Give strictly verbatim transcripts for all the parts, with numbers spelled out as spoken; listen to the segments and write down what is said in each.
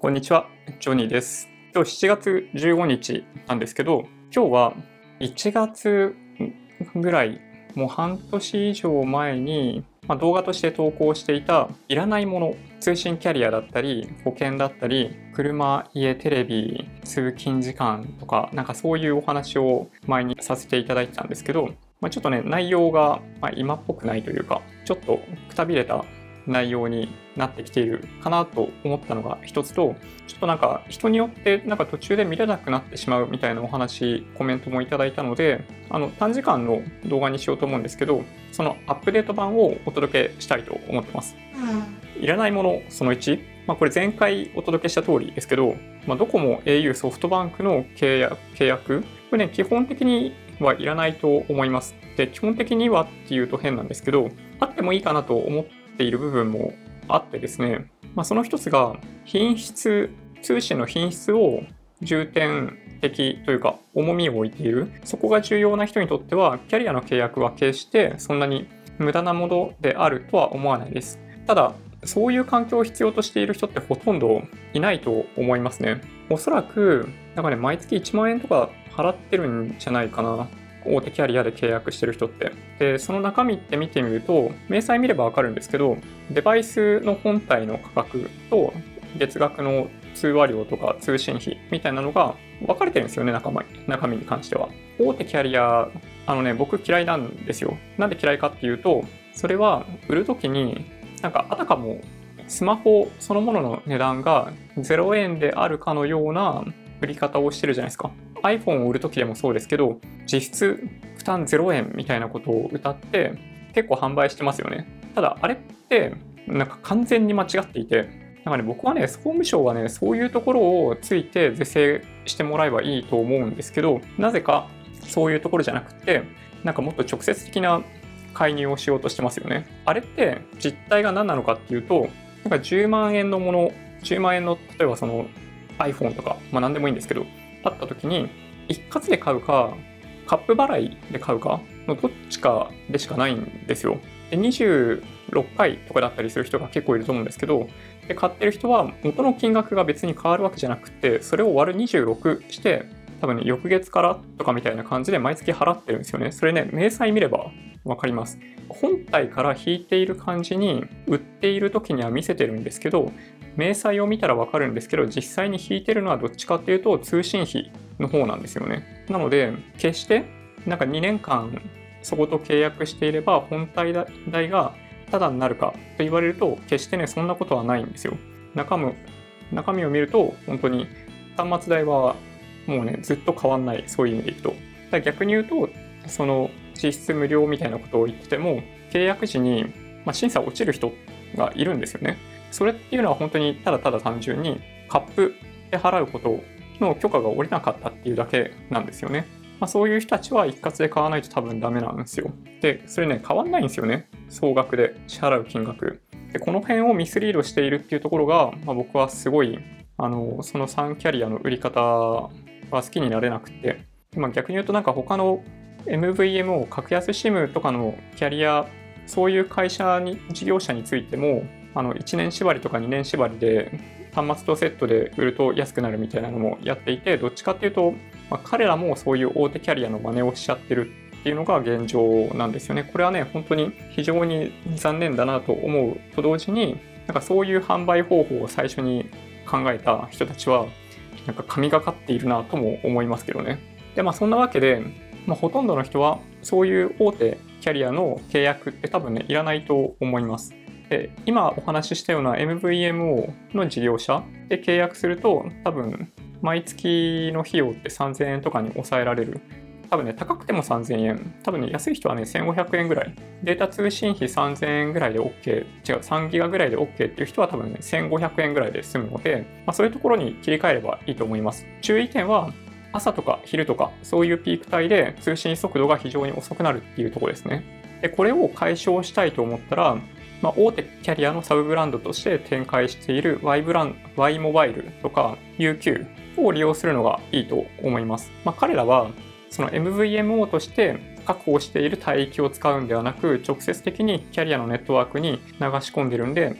こんにちは、ジョニーです。今日しちがつじゅうごにちなんですけど、今日はいちがつぐらい、もう半年以上前に、まあ、動画として投稿していたいらないもの、通信キャリアだったり、保険だったり、車、家、テレビ、通勤時間とか、なんかそういうお話を前にさせていただいてたんですけど、まあ、ちょっとね、内容が今っぽくないというか、ちょっとくたびれた内容になってきているかなと思ったのが一つと、ちょっとなんか人によってなんか途中で見れなくなってしまうみたいなお話、コメントもいただいたので、あの短時間の動画にしようと思うんですけど、そのアップデート版をお届けしたいと思ってます。うん、いらないものそのいち、まあ、これ前回お届けした通りですけど、まあ、ドコモ、エーユー、ソフトバンクの契約、契約これね、基本的にはいらないと思います。で、基本的にはっていうと変なんですけど、あってもいいかなと思ってている部分もあってですね、まあ、その一つが品質、通信の品質を重点的というか重みを置いている。そこが重要な人にとってはキャリアの契約は決してそんなに無駄なものであるとは思わないです。ただそういう環境を必要としている人ってほとんどいないと思いますね。おそらくなんかね、毎月いちまんえんとか払ってるんじゃないかな、大手キャリアで契約してる人って。で、その中身って見てみると、明細見ればわかるんですけど、デバイスの本体の価格と月額の通話料とか通信費みたいなのが分かれてるんですよね、中身、中身に関しては。大手キャリア、あのね、僕嫌いなんですよ。なんで嫌いかっていうと、それは売るときに、なんかあたかもスマホそのものの値段がゼロえんであるかのような売り方をしてるじゃないですか。iPhone を売るときでもそうですけど、実質負担ゼロえんみたいなことを謳って結構販売してますよね。ただあれってなんか完全に間違っていて、なんかね、僕はね、総務省はね、そういうところをついて是正してもらえばいいと思うんですけど、なぜかそういうところじゃなくて、なんかもっと直接的な介入をしようとしてますよね。あれって実態が何なのかっていうと、なんかじゅうまんえんのもの、じゅうまんえんの例えばその iPhone とか、まあ何でもいいんですけど、あった時に一括で買うかカップ払いで買うかのどっちかでしかないんですよ。でにじゅうろっかいとかだったりする人が結構いると思うんですけど、で買ってる人は元の金額が別に変わるわけじゃなくて、それを割るにじゅうろくして多分ね、翌月からとかみたいな感じで毎月払ってるんですよね。それね、明細見ればわかります。本体から引いている感じに売っている時には見せてるんですけど、明細を見たらわかるんですけど、実際に引いてるのはどっちかっていうと通信費の方なんですよね。なので、決してなんかにねんかんそこと契約していれば本体代がタダになるかと言われると、決してね、そんなことはないんですよ。中身、中身を見ると、本当に端末代はもうね、ずっと変わんない、そういう意味でいくと。だ逆に言うと、その実質無料みたいなことを言ってても、契約時に、まあ、審査落ちる人がいるんですよね。それっていうのは本当にただただ単純にカップで払うことの許可が下りなかったっていうだけなんですよね。まあ、そういう人たちは一括で買わないと多分ダメなんですよ。で、それね、変わんないんですよね。総額で支払う金額。で、この辺をミスリードしているっていうところが、まあ、僕はすごい、あの、そのさんキャリアの売り方は好きになれなくて、まあ、逆に言うとなんか他の エムブイエムオー、格安 SIM とかのキャリア、そういう会社に、事業者についても、あのいちねん縛りとかにねん縛りで端末とセットで売ると安くなるみたいなのもやっていて、どっちかっていうと、まあ、彼らもそういう大手キャリアの真似をしちゃってるっていうのが現状なんですよね。これはね、本当に非常に残念だなと思うと同時に、なんかそういう販売方法を最初に考えた人たちはなんか神がかっているなとも思いますけどね。で、まあそんなわけで、まあ、ほとんどの人はそういう大手キャリアの契約って多分ね、いらないと思います。で、今お話ししたような エムブイエムオー の事業者で契約すると、多分毎月の費用ってさんぜんえんとかに抑えられる。多分ね、高くてもさんぜんえん。多分ね、安い人はね、せんごひゃくえんぐらい。データ通信費さんぜんえんぐらいで OK。違う、さんギガぐらいで OK っていう人は多分ね、せんごひゃくえんぐらいで済むので、まあ、そういうところに切り替えればいいと思います。注意点は、朝とか昼とか、そういうピーク帯で通信速度が非常に遅くなるっていうところですね。で、これを解消したいと思ったら、まあ、大手キャリアのサブブランドとして展開している Y ブラン、Y モバイルとか ユーキュー を利用するのがいいと思います。まあ、彼らはその エムブイエムオー として確保している帯域を使うんではなく、直接的にキャリアのネットワークに流し込んでるんで、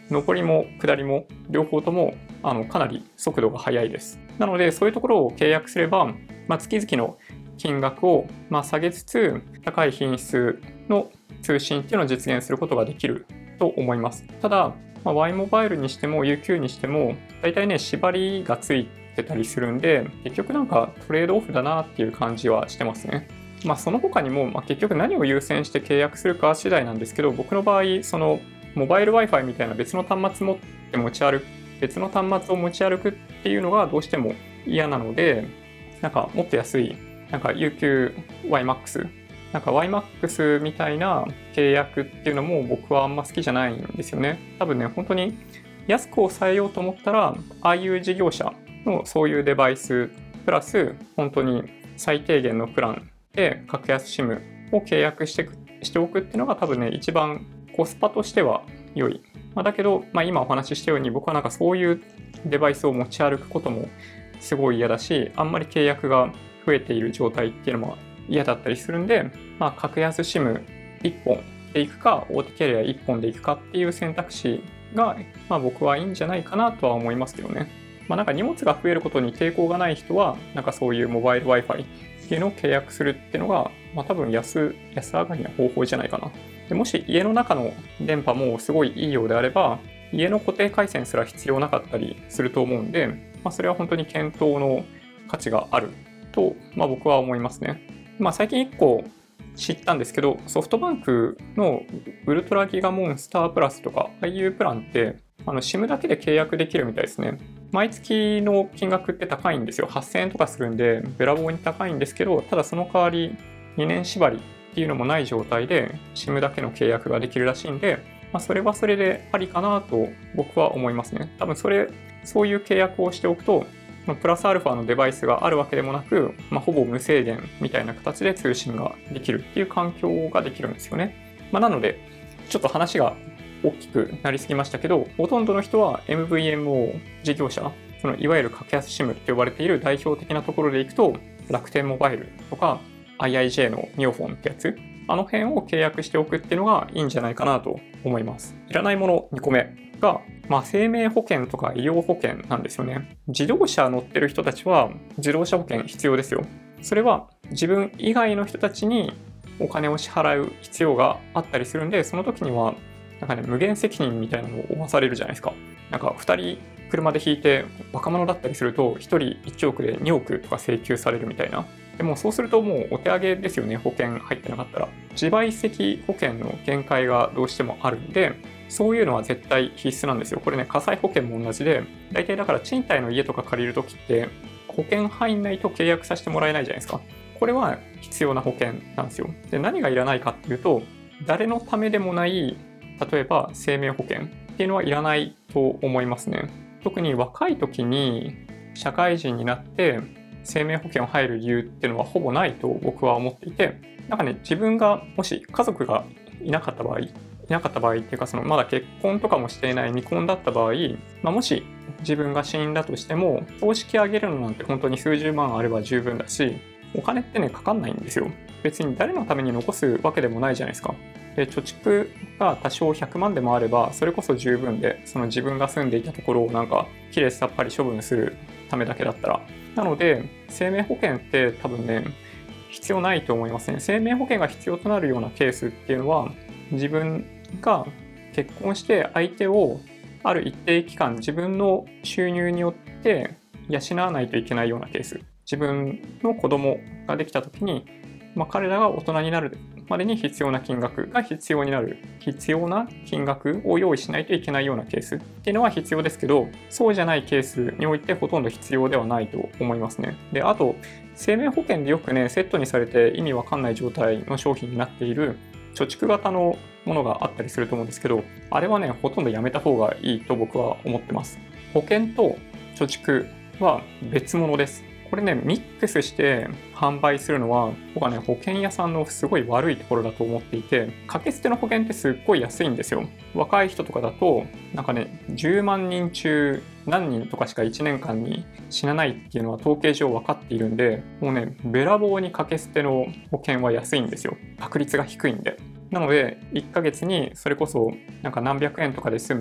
上りも下りも両方ともあのかなり速度が速いです。なのでそういうところを契約すれば、まあ、月々の金額をまあ下げつつ高い品質の通信っていうのを実現することができると思います。ただ、まあ、Y モバイルにしても ユーキュー にしても大体ね縛りがついてたりするんで、結局なんかトレードオフだなっていう感じはしてますね。まあその他にも、まあ、結局何を優先して契約するか次第なんですけど、僕の場合そのモバイル Wi-Fi みたいな別の端末持って持ち歩く別の端末を持ち歩くっていうのがどうしても嫌なので、なんかもっと安いなんか ユーキューワイマックス なんか ワイマックス みたいな契約っていうのも僕はあんま好きじゃないんですよね。多分ね本当に安く抑えようと思ったら、ああいう事業者のそういうデバイスプラス本当に最低限のプランで格安 SIM を契約してしておくっていうのが多分ね一番コスパとしては良い。まあ、だけど、まあ、今お話ししたように僕はなんかそういうデバイスを持ち歩くこともすごい嫌だし、あんまり契約が増えている状態っていうのも嫌だったりするんで、まあ、格安 SIM いっぽんでいくか大手キャリアいっぽんでいくかっていう選択肢が、まあ、僕はいいんじゃないかなとは思いますけどね。まあ、なんか荷物が増えることに抵抗がない人はなんかそういうモバイル Wi-Fi っていうのを契約するっていうのが、まあ、多分安安上がりな方法じゃないかな。でもし家の中の電波もすごいいいようであれば、家の固定回線すら必要なかったりすると思うんで、まあ、それは本当に検討の価値があると、まあ、僕は思いますね。まあ、最近いっこ知ったんですけど、ソフトバンクのウルトラギガモンスタープラスとか、ああいうプランってあの SIM だけで契約できるみたいですね。毎月の金額って高いんですよ。はっせんえんとかするんで、べらぼうに高いんですけど、ただその代わりにねん縛りっていうのもない状態で SIM だけの契約ができるらしいんで、まあ、それはそれでありかなと僕は思いますね。多分それ、そういう契約をしておくと、プラスアルファのデバイスがあるわけでもなく、まあ、ほぼ無制限みたいな形で通信ができるっていう環境ができるんですよね。まあ、なので、ちょっと話が大きくなりすぎましたけど、ほとんどの人は エムブイエムオー 事業者、そのいわゆる格安 SIM と呼ばれている代表的なところでいくと、楽天モバイルとか アイアイジェー のミオフォンってやつ、あの辺を契約しておくっていうのがいいんじゃないかなと思います。いらないものにこめが、まあ、生命保険とか医療保険なんですよね。自動車乗ってる人たちは自動車保険必要ですよ。それは自分以外の人たちにお金を支払う必要があったりするんで、その時にはなんかね、無限責任みたいなのを負わされるじゃないですか。なんかふたり車で引いて若者だったりするとひとりいちおくでにおくとか請求されるみたいな。でもそうするともうお手上げですよね、保険入ってなかったら。自賠責保険の限界がどうしてもあるんで、そういうのは絶対必須なんですよ。これね、火災保険も同じで、大体だから賃貸の家とか借りるときって保険入んないと契約させてもらえないじゃないですか。これは必要な保険なんですよ。で、何がいらないかっていうと、誰のためでもない例えば生命保険っていうのはいらないと思いますね。特に若い時に社会人になって生命保険を入る理由っていうのはほぼないと僕は思っていて、なんかね、自分がもし家族がいなかった場合いなかった場合っていうか、そのまだ結婚とかもしていない未婚だった場合、まあ、もし自分が死んだとしても葬式あげるのなんて本当に数十万あれば十分だし、お金ってねかかんないんですよ。別に誰のために残すわけでもないじゃないですか。で、貯蓄が多少ひゃくまんでもあればそれこそ十分で、その自分が住んでいたところをなんかきれいさっぱり処分するためだけだったら。なので生命保険って多分ね必要ないと思いますね。生命保険が必要となるようなケースっていうのは、自分が結婚して相手をある一定期間自分の収入によって養わないといけないようなケース。自分の子供ができた時に、まあ、彼らが大人になるまでに必要な金額が必要になる必要な金額を用意しないといけないようなケースっていうのは必要ですけど、そうじゃないケースにおいてほとんど必要ではないと思いますね。で、あと生命保険でよくねセットにされて意味わかんない状態の商品になっている貯蓄型のものがあったりすると思うんですけど、あれはねほとんどやめた方がいいと僕は思ってます。保険と貯蓄は別物です。これねミックスして販売するのは僕はね保険屋さんのすごい悪いところだと思っていて、掛け捨ての保険ってすっごい安いんですよ。若い人とかだとなんかねじゅうまんにん中何人とかしかいちねんかんに死なないっていうのは統計上分かっているんで、もうねべらぼうに掛け捨ての保険は安いんですよ。確率が低いんで。なのでいっかげつにそれこそなんか何百円とかで済む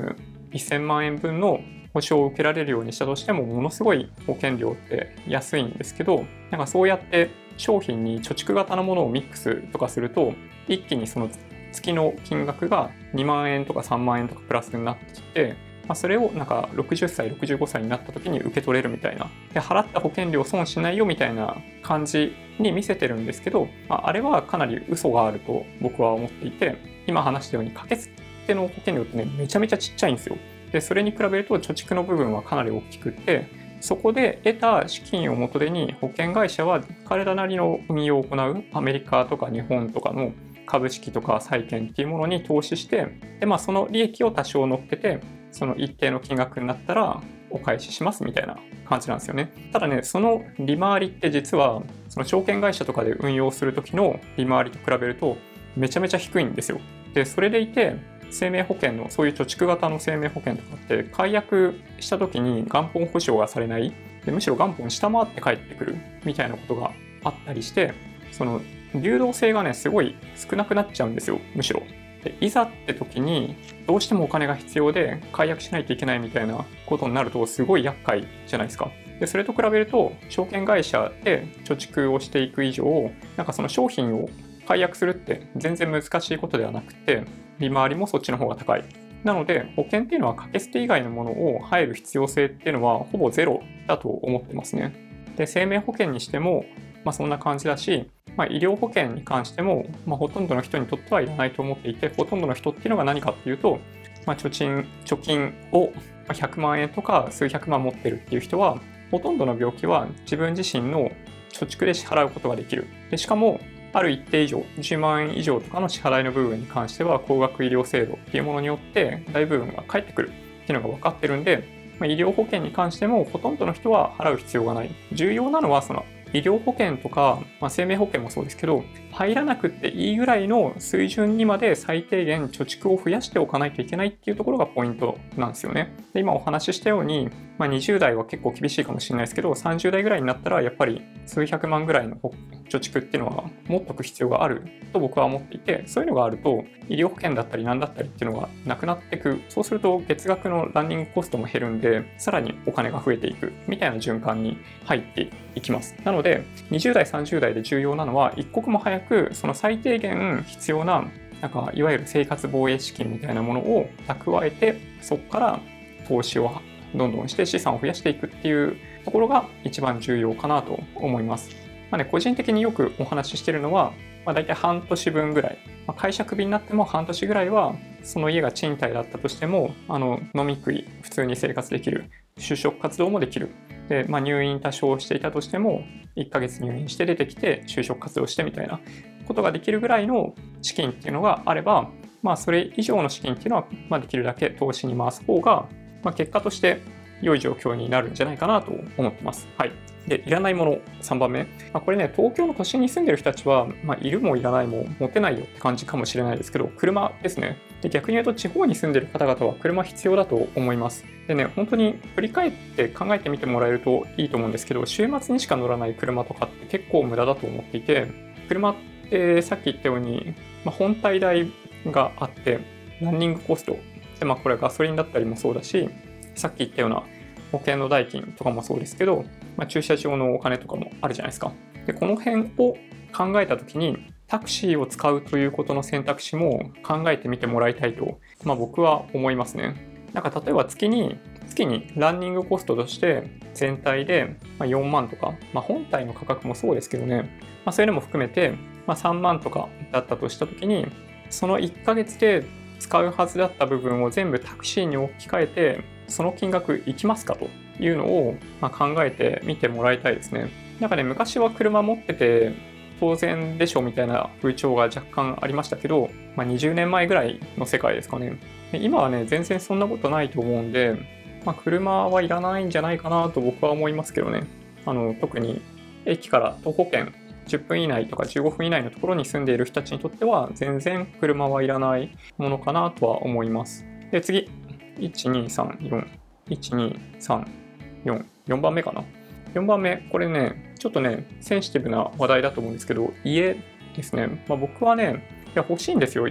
せんまんえんぶんの保証を受けられるようにしたとしても、ものすごい保険料って安いんですけど、なんかそうやって商品に貯蓄型のものをミックスとかすると、一気にその月の金額がにまんえんとかさんまんえんとかプラスになってきて、まあ、それをなんかろくじゅっさい、ろくじゅうごさいになった時に受け取れるみたいな。で、払った保険料損しないよみたいな感じに見せてるんですけど、まあ、あれはかなり嘘があると僕は思っていて、今話したように掛け付けの保険料ってね、めちゃめちゃちっちゃいんですよ。で、それに比べると貯蓄の部分はかなり大きくって、そこで得た資金を元手に保険会社は彼らなりの運用を行うアメリカとか日本とかの株式とか債券っていうものに投資して、で、まあその利益を多少乗っけて、その一定の金額になったらお返ししますみたいな感じなんですよね。ただね、その利回りって実はその証券会社とかで運用する時の利回りと比べるとめちゃめちゃ低いんですよ。で、それでいて生命保険のそういう貯蓄型の生命保険とかって解約した時に元本保証がされない、でむしろ元本下回って帰ってくるみたいなことがあったりして、その流動性がねすごい少なくなっちゃうんですよ、むしろ。でいざって時にどうしてもお金が必要で解約しないといけないみたいなことになるとすごい厄介じゃないですか。でそれと比べると証券会社で貯蓄をしていく以上、なんかその商品を解約するって全然難しいことではなくて、利回りもそっちの方が高い。なので保険っていうのは掛け捨て以外のものを入る必要性っていうのはほぼゼロだと思ってますね。で生命保険にしてもまあそんな感じだし、まあ、医療保険に関しても、まあ、ほとんどの人にとってはいらないと思っていて、ほとんどの人っていうのが何かっていうと、まあ、貯金、貯金をひゃくまんえんとか数百万持ってるっていう人は、ほとんどの病気は自分自身の貯蓄で支払うことができる。でしかも、ある一定以上、じゅうまんえん以上とかの支払いの部分に関しては、高額医療制度っていうものによって大部分が返ってくるっていうのが分かってるんで、まあ、医療保険に関してもほとんどの人は払う必要がない。重要なのはその医療保険とか、まあ、生命保険もそうですけど、入らなくていいぐらいの水準にまで最低限貯蓄を増やしておかないといけないっていうところがポイントなんですよね。で今お話ししたように、まあ、にじゅう代は結構厳しいかもしれないですけど、さんじゅう代ぐらいになったらやっぱり数百万ぐらいの貯蓄っていうのは持っとく必要があると僕は思っていて、そういうのがあると医療保険だったり何だったりっていうのがなくなっていく。そうすると月額のランニングコストも減るんで、さらにお金が増えていくみたいな循環に入っていきます。なのでにじゅう代さんじゅう代で重要なのは一刻も早くその最低限必要ななんかいわゆる生活防衛資金みたいなものを蓄えて、そこから投資をどんどんして資産を増やしていくっていうところが一番重要かなと思います。まあね、個人的によくお話ししているのは、まあ、大体半年分ぐらい、まあ、会社クビになっても半年ぐらいはその家が賃貸だったとしてもあの飲み食い普通に生活できる、就職活動もできる。で、まあ、入院多少していたとしてもいっかげつ入院して出てきて就職活動してみたいなことができるぐらいの資金っていうのがあれば、まあ、それ以上の資金っていうのは、まあ、できるだけ投資に回す方が、まあ、結果として良い状況になるんじゃないかなと思ってます。はい。で、いらないものさんばんめ。まあ、これね、東京の都心に住んでる人たちは、まあ、いるもいらないも持てないよって感じかもしれないですけど、車ですね。で、逆に言うと地方に住んでる方々は車必要だと思います。でね、本当に振り返って考えてみてもらえるといいと思うんですけど、週末にしか乗らない車とかって結構無駄だと思っていて、車ってさっき言ったように、まあ、本体代があって、ランニングコスト。で、まあ、これはガソリンだったりもそうだし、さっき言ったような保険の代金とかもそうですけど、まあ、駐車場のお金とかもあるじゃないですか。で、この辺を考えたときに、タクシーを使うということの選択肢も考えてみてもらいたいと、まあ、僕は思いますね。なんか例えば月に、月にランニングコストとして全体でよんまんとか、まあ、本体の価格もそうですけどね、まあ、そういうのも含めてさんまんとかだったとしたときに、そのいっかげつで使うはずだった部分を全部タクシーに置き換えて、その金額いきますかというのをまあ考えてみてもらいたいですね。なんかね、昔は車持ってて当然でしょみたいな風潮が若干ありましたけど、まあ、にじゅうねんまえぐらいの世界ですかね。で今はね、全然そんなことないと思うんで、まあ、車はいらないんじゃないかなと僕は思いますけどね。あの特に駅から徒歩圏じゅっぷん以内とかじゅうごふん以内のところに住んでいる人たちにとっては全然車はいらないものかなとは思います。で、次。いち、に、さん、よん。いち、に、さん、よん。よんばんめかな。よんばんめ、これね、ちょっとね、センシティブな話題だと思うんですけど、家ですね。まあ、僕はね、いや欲しいんですよ、家。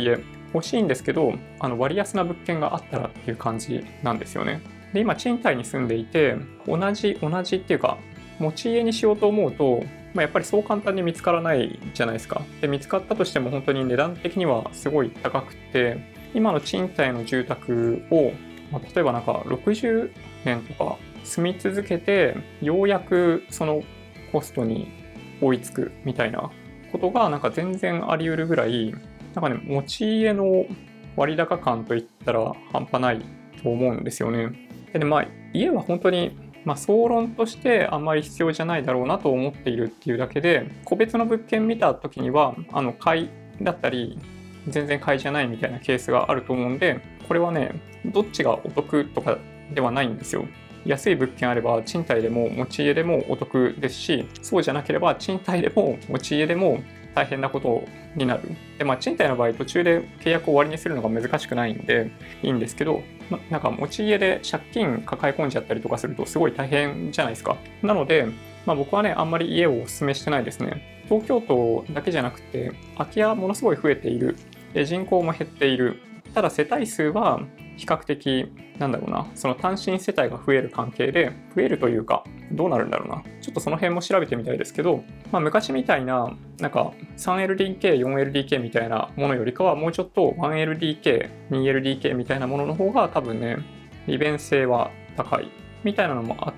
欲しいんですけど、あの割安な物件があったらっていう感じなんですよね。で、今賃貸に住んでいて、同じ同じっていうか持ち家にしようと思うと、まあ、やっぱりそう簡単に見つからないじゃないですか。で、見つかったとしても本当に値段的にはすごい高くて、今の賃貸の住宅を、まあ、例えばなんかろくじゅうねんとか住み続けて、ようやくそのコストに追いつくみたいなことがなんか全然あり得るぐらい、なんかね、持ち家の割高感といったら半端ないと思うんですよね。で、まあ、家は本当に、まあ、総論としてあんまり必要じゃないだろうなと思っているっていうだけで、個別の物件見た時には、あの、買いだったり、全然買いじゃないみたいなケースがあると思うんで、これはね、どっちがお得とかではないんですよ。安い物件あれば賃貸でも持ち家でもお得ですし、そうじゃなければ賃貸でも持ち家でも大変なことになる。で、まあ賃貸の場合途中で契約を終わりにするのが難しくないんでいいんですけど、ま、なんか持ち家で借金抱え込んじゃったりとかするとすごい大変じゃないですか。なので、まあ、僕はね、あんまり家をお勧めしてないですね。東京都だけじゃなくて、空き家ものすごい増えている。で、人口も減っている。ただ世帯数は比較的、なんだろうな、その単身世帯が増える関係で、増えるというか、どうなるんだろうな。ちょっとその辺も調べてみたいですけど、まあ、昔みたいな、なんか スリーエルディーケー、フォーエルディーケー みたいなものよりかは、もうちょっと ワンエルディーケー、ツーエルディーケー みたいなものの方が多分ね、利便性は高い。みたいなのもあって、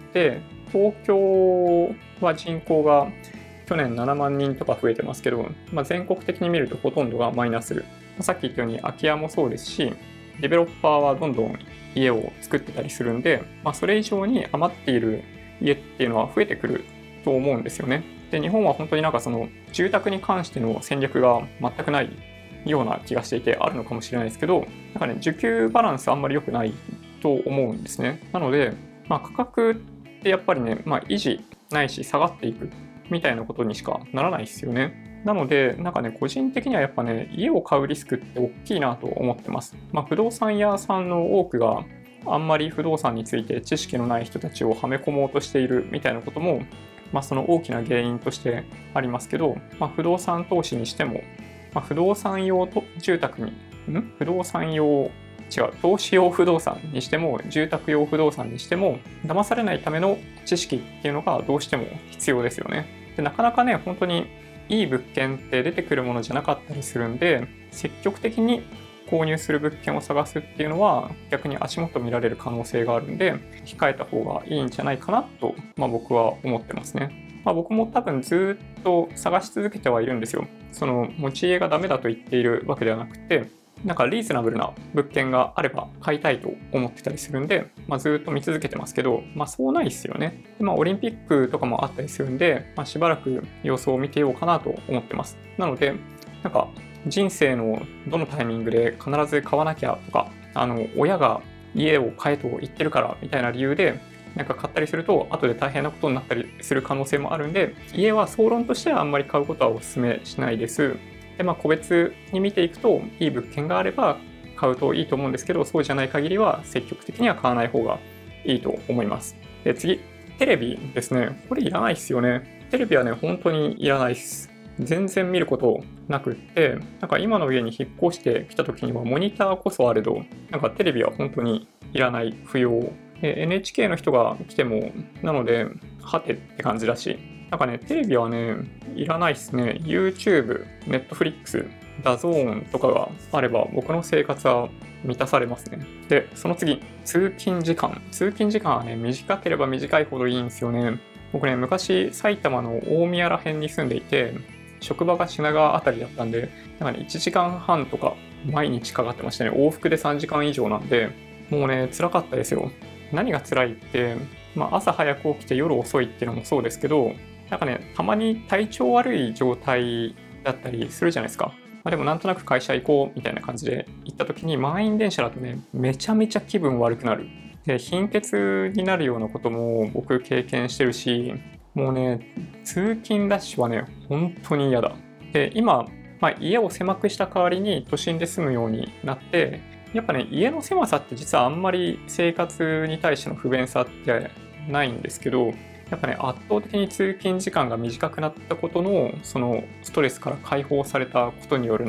東京は人口が去年ななまんにんとか増えてますけど、まあ、全国的に見るとほとんどがマイナス。さっき言ったように空き家もそうですし、デベロッパーはどんどん家を作ってたりするんで、まあ、それ以上に余っている家っていうのは増えてくると思うんですよね。で、日本は本当になんかその住宅に関しての戦略が全くないような気がしていて、あるのかもしれないですけど、なんかね、需給バランスあんまり良くないと思うんですね。なので、まあ、価格ってやっぱりね、まあ、維持ないし下がっていくみたいなことにしかならないですよね。なので、なんかね、個人的にはやっぱね、家を買うリスクって大きいなと思ってます。まあ、不動産屋さんの多くがあんまり不動産について知識のない人たちをはめ込もうとしているみたいなことも、まあ、その大きな原因としてありますけど、まあ、不動産投資にしても、まあ、不動産用住宅に、ん不動産用、違う、投資用不動産にしても、住宅用不動産にしても、騙されないための知識っていうのがどうしても必要ですよね。で、なかなかね、本当にいい物件って出てくるものじゃなかったりするんで、積極的に購入する物件を探すっていうのは逆に足元見られる可能性があるんで、控えた方がいいんじゃないかなと、まあ、僕は思ってますね。まあ、僕も多分ずっと探し続けてはいるんですよ。その持ち家がダメだと言っているわけではなくて、なんかリーズナブルな物件があれば買いたいと思ってたりするんで、まあ、ずっと見続けてますけど、まあそうないですよね。で、まあオリンピックとかもあったりするんで、まあ、しばらく様子を見てようかなと思ってます。なので、なんか人生のどのタイミングで必ず買わなきゃとか、あの親が家を買えと言ってるからみたいな理由で、なんか買ったりすると後で大変なことになったりする可能性もあるんで、家は総論としてはあんまり買うことはお勧めしないです。で、まあ、個別に見ていくといい物件があれば買うといいと思うんですけど、そうじゃない限りは積極的には買わない方がいいと思います。で、次、テレビですね。これいらないっすよね。テレビはね、本当にいらないっす。全然見ることなくって、なんか今の家に引っ越してきた時にはモニターこそあれど、なんかテレビは本当にいらない、不要。エヌエイチケー の人が来ても、なので、はてって感じだし、なんかね、テレビはね、いらないっすね。YouTube、Netflix、ダゾーンとかがあれば僕の生活は満たされますね。で、その次、通勤時間。通勤時間はね、短ければ短いほどいいんですよね。僕ね、昔埼玉の大宮ら辺に住んでいて、職場が品川あたりだったんで、なんかね、いちじかんはんとか毎日かかってましたね。往復でさんじかん以上なんで、もうね、辛かったですよ。何が辛いって、まあ、朝早く起きて夜遅いっていうのもそうですけど、なんかね、たまに体調悪い状態だったりするじゃないですか。まあ、でもなんとなく会社行こうみたいな感じで行った時に満員電車だとね、めちゃめちゃ気分悪くなる。で、貧血になるようなことも僕経験してるし、もうね、通勤ラッシュはね、本当に嫌だ。で、今、まあ、家を狭くした代わりに都心で住むようになって、やっぱね、家の狭さって実はあんまり生活に対しての不便さってないんですけど、やっぱね、圧倒的に通勤時間が短くなったことの、そのストレスから解放されたことによるなんか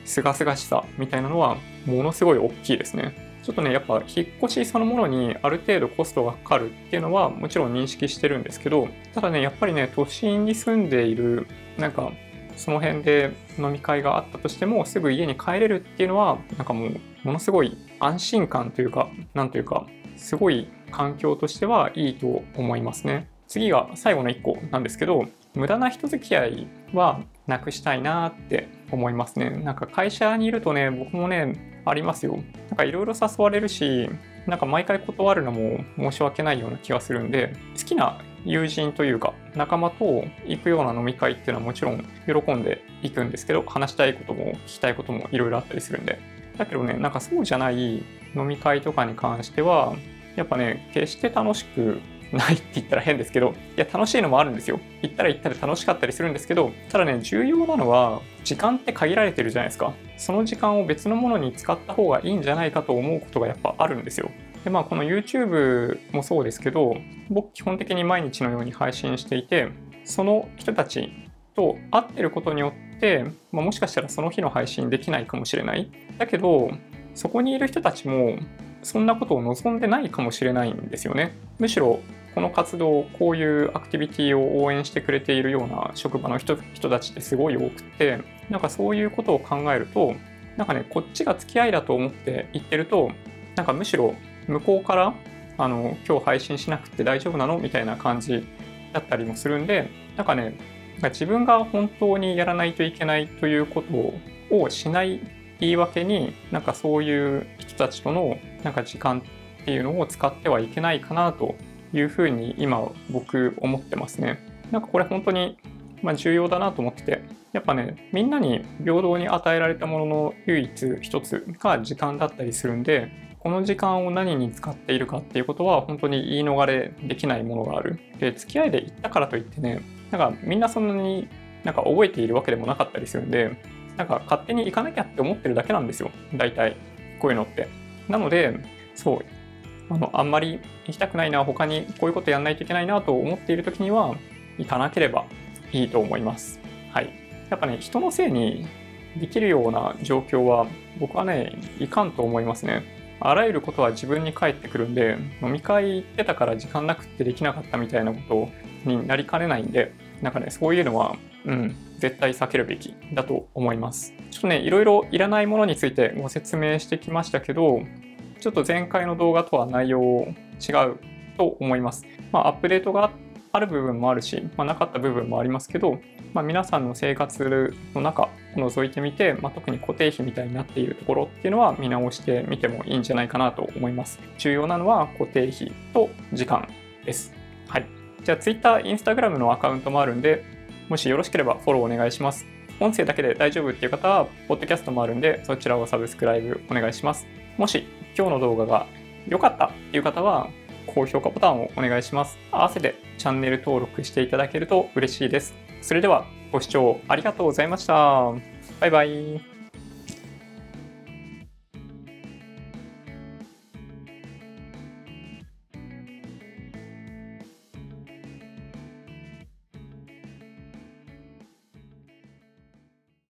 清々しさみたいなのはものすごい大きいですね。ちょっとね、やっぱ引っ越しそのものにある程度コストがかかるっていうのはもちろん認識してるんですけど、ただね、やっぱりね、都心に住んでいる、なんか、その辺で飲み会があったとしても、すぐ家に帰れるっていうのは、なんかもう、ものすごい安心感というか、なんというか、すごい環境としてはいいと思いますね。次が最後のいっこなんですけど、無駄な人付き合いはなくしたいなって思いますね。なんか会社にいるとね、僕もね、ありますよ。なんかいろいろ誘われるし、なんか毎回断るのも申し訳ないような気がするんで、好きな友人というか仲間と行くような飲み会っていうのはもちろん喜んで行くんですけど、話したいことも聞きたいこともいろいろあったりするんで。だけどね、なんかそうじゃない飲み会とかに関しては、やっぱね、決して楽しくないって言ったら変ですけど、いや、楽しいのもあるんですよ。行ったら行ったら楽しかったりするんですけど、ただね、重要なのは、時間って限られてるじゃないですか。その時間を別のものに使った方がいいんじゃないかと思うことがやっぱあるんですよ。で、まあ、この YouTube もそうですけど、僕基本的に毎日のように配信していて、その人たちと会ってることによって、まあ、もしかしたらその日の配信できないかもしれない。だけど、そこにいる人たちも、そんなことを望んでないかもしれないんですよね。むしろ、この活動、こういうアクティビティを応援してくれているような職場の人、人たちってすごい多くて、なんかそういうことを考えると、なんかね、こっちが付き合いだと思って言ってると、なんかむしろ向こうから、あの、今日配信しなくて大丈夫なのみたいな感じだったりもするんで、なんかね、なんか自分が本当にやらないといけないということをしない言い訳に、なんかそういう人たちとのなんか時間っていうのを使ってはいけないかなというふうに今僕思ってますね。なんかこれ本当にまあ重要だなと思ってて、やっぱね、みんなに平等に与えられたものの唯一一つが時間だったりするんで、この時間を何に使っているかっていうことは本当に言い逃れできないものがある。で、付き合いで行ったからといってね、なんかみんなそんなになんか覚えているわけでもなかったりするんで、なんか勝手に行かなきゃって思ってるだけなんですよ。大体こういうのって。なので、そう、あの、あんまり行きたくないな、他にこういうことやんないといけないなと思っているときには、行かなければいいと思います。はい。やっぱね、人のせいにできるような状況は、僕はね、いかんと思いますね。あらゆることは自分に返ってくるんで、飲み会行ってたから時間なくってできなかったみたいなことになりかねないんで、なんかね、そういうのは、うん、絶対避けるべきだと思います。ちょっとね、いろいろいらないものについてご説明してきましたけど、ちょっと前回の動画とは内容違うと思います。まあ、アップデートがある部分もあるし、まあ、なかった部分もありますけど、まあ、皆さんの生活の中を覗いてみて、まあ、特に固定費みたいになっているところっていうのは見直してみてもいいんじゃないかなと思います。重要なのは固定費と時間です。はい。じゃあ Twitter、Instagram のアカウントもあるんで、もしよろしければフォローお願いします。音声だけで大丈夫っていう方は、ポッドキャストもあるんで、そちらをサブスクライブお願いします。もし今日の動画が良かったっていう方は、高評価ボタンをお願いします。合わせてチャンネル登録していただけると嬉しいです。それではご視聴ありがとうございました。バイバイ。